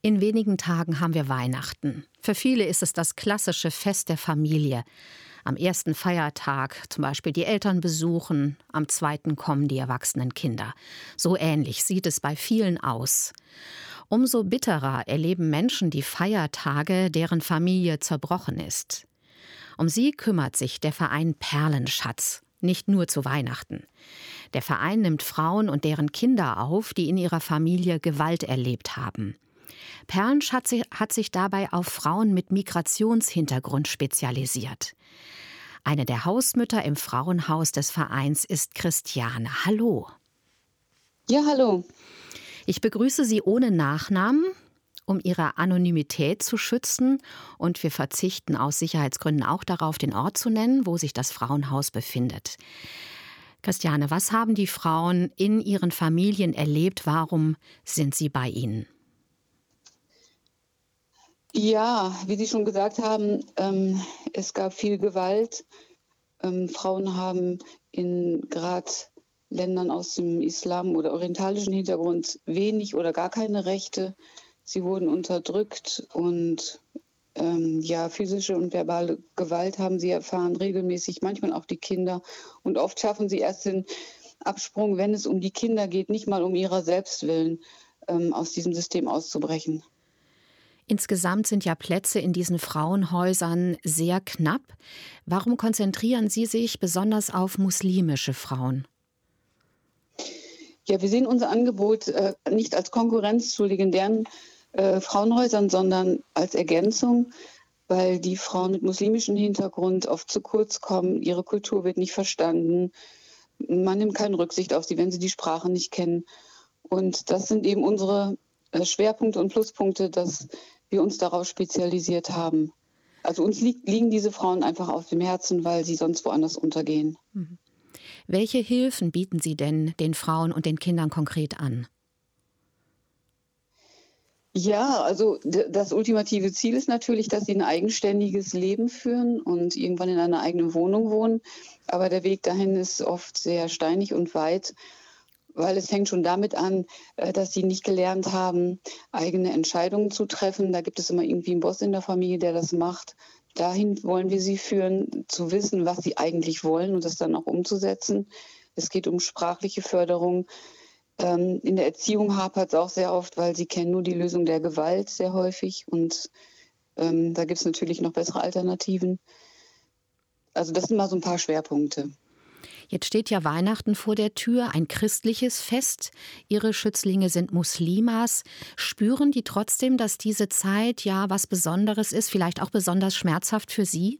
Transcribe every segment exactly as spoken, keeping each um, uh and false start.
In wenigen Tagen haben wir Weihnachten. Für viele ist es das klassische Fest der Familie. Am ersten Feiertag zum Beispiel die Eltern besuchen, am zweiten kommen die erwachsenen Kinder. So ähnlich sieht es bei vielen aus. Umso bitterer erleben Menschen die Feiertage, deren Familie zerbrochen ist. Um sie kümmert sich der Verein Perlenschatz, nicht nur zu Weihnachten. Der Verein nimmt Frauen und deren Kinder auf, die in ihrer Familie Gewalt erlebt haben. Perlenschatz hat sich dabei auf Frauen mit Migrationshintergrund spezialisiert. Eine der Hausmütter im Frauenhaus des Vereins ist Christiane. Hallo. Ja, hallo. Ich begrüße Sie ohne Nachnamen, um Ihre Anonymität zu schützen. Und wir verzichten aus Sicherheitsgründen auch darauf, den Ort zu nennen, wo sich das Frauenhaus befindet. Christiane, was haben die Frauen in ihren Familien erlebt? Warum sind sie bei Ihnen? Ja, wie Sie schon gesagt haben, ähm, es gab viel Gewalt. Ähm, Frauen haben in gerade Ländern aus dem Islam oder orientalischen Hintergrund wenig oder gar keine Rechte. Sie wurden unterdrückt und ähm, ja, physische und verbale Gewalt haben sie erfahren, regelmäßig, manchmal auch die Kinder. Und oft schaffen sie erst den Absprung, wenn es um die Kinder geht, nicht mal um ihrer selbst willen, ähm, aus diesem System auszubrechen. Insgesamt sind ja Plätze in diesen Frauenhäusern sehr knapp. Warum konzentrieren Sie sich besonders auf muslimische Frauen? Ja, wir sehen unser Angebot äh, nicht als Konkurrenz zu legendären äh, Frauenhäusern, sondern als Ergänzung, weil die Frauen mit muslimischem Hintergrund oft zu kurz kommen. Ihre Kultur wird nicht verstanden. Man nimmt keine Rücksicht auf sie, wenn sie die Sprache nicht kennen. Und das sind eben unsere äh, Schwerpunkte und Pluspunkte, dass wir uns darauf spezialisiert haben. Also uns li- liegen diese Frauen einfach auf dem Herzen, weil sie sonst woanders untergehen. Mhm. Welche Hilfen bieten Sie denn den Frauen und den Kindern konkret an? Ja, also d- das ultimative Ziel ist natürlich, dass sie ein eigenständiges Leben führen und irgendwann in einer eigenen Wohnung wohnen. Aber der Weg dahin ist oft sehr steinig und weit, weil es fängt schon damit an, äh, dass sie nicht gelernt haben, eigene Entscheidungen zu treffen. Da gibt es immer irgendwie einen Boss in der Familie, der das macht. Dahin wollen wir sie führen, zu wissen, was sie eigentlich wollen und das dann auch umzusetzen. Es geht um sprachliche Förderung. Ähm, in der Erziehung hapert es auch sehr oft, weil sie kennen nur die Lösung der Gewalt sehr häufig. Und ähm, da gibt es natürlich noch bessere Alternativen. Also das sind mal so ein paar Schwerpunkte. Jetzt steht ja Weihnachten vor der Tür, ein christliches Fest. Ihre Schützlinge sind Muslimas. Spüren die trotzdem, dass diese Zeit ja was Besonderes ist, vielleicht auch besonders schmerzhaft für Sie?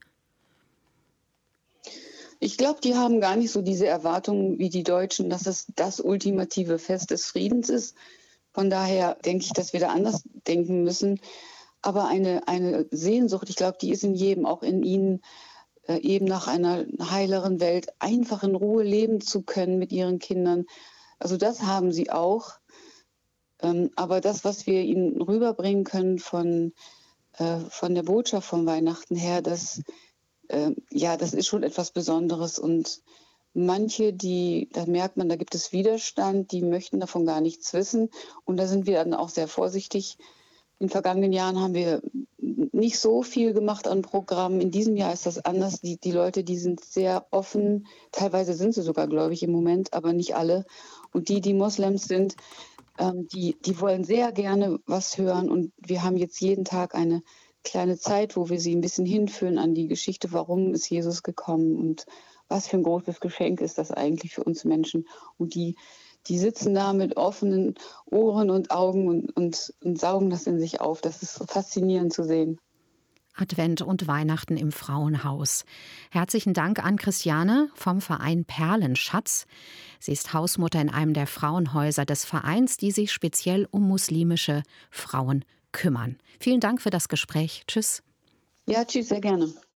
Ich glaube, die haben gar nicht so diese Erwartungen wie die Deutschen, dass es das ultimative Fest des Friedens ist. Von daher denke ich, dass wir da anders denken müssen. Aber eine, eine Sehnsucht, ich glaube, die ist in jedem, auch in Ihnen, äh, eben nach einer heileren Welt einfach in Ruhe leben zu können mit ihren Kindern. Also das haben sie auch. Ähm, aber das, was wir ihnen rüberbringen können von, äh, von der Botschaft von Weihnachten her, das, äh, ja, das ist schon etwas Besonderes. Und manche, die, da merkt man, da gibt es Widerstand, die möchten davon gar nichts wissen. Und da sind wir dann auch sehr vorsichtig. In den vergangenen Jahren haben wir nicht so viel gemacht an Programmen. In diesem Jahr ist das anders. Die, die Leute, die sind sehr offen. Teilweise sind sie sogar gläubig im Moment, aber nicht alle. Und die, die Moslems sind, ähm, die, die wollen sehr gerne was hören. Und wir haben jetzt jeden Tag eine kleine Zeit, wo wir sie ein bisschen hinführen an die Geschichte, warum ist Jesus gekommen und was für ein großes Geschenk ist das eigentlich für uns Menschen. Und die Die sitzen da mit offenen Ohren und Augen und, und, und saugen das in sich auf. Das ist so faszinierend zu sehen. Advent und Weihnachten im Frauenhaus. Herzlichen Dank an Christiane vom Verein Perlenschatz. Sie ist Hausmutter in einem der Frauenhäuser des Vereins, die sich speziell um muslimische Frauen kümmern. Vielen Dank für das Gespräch. Tschüss. Ja, tschüss, sehr gerne.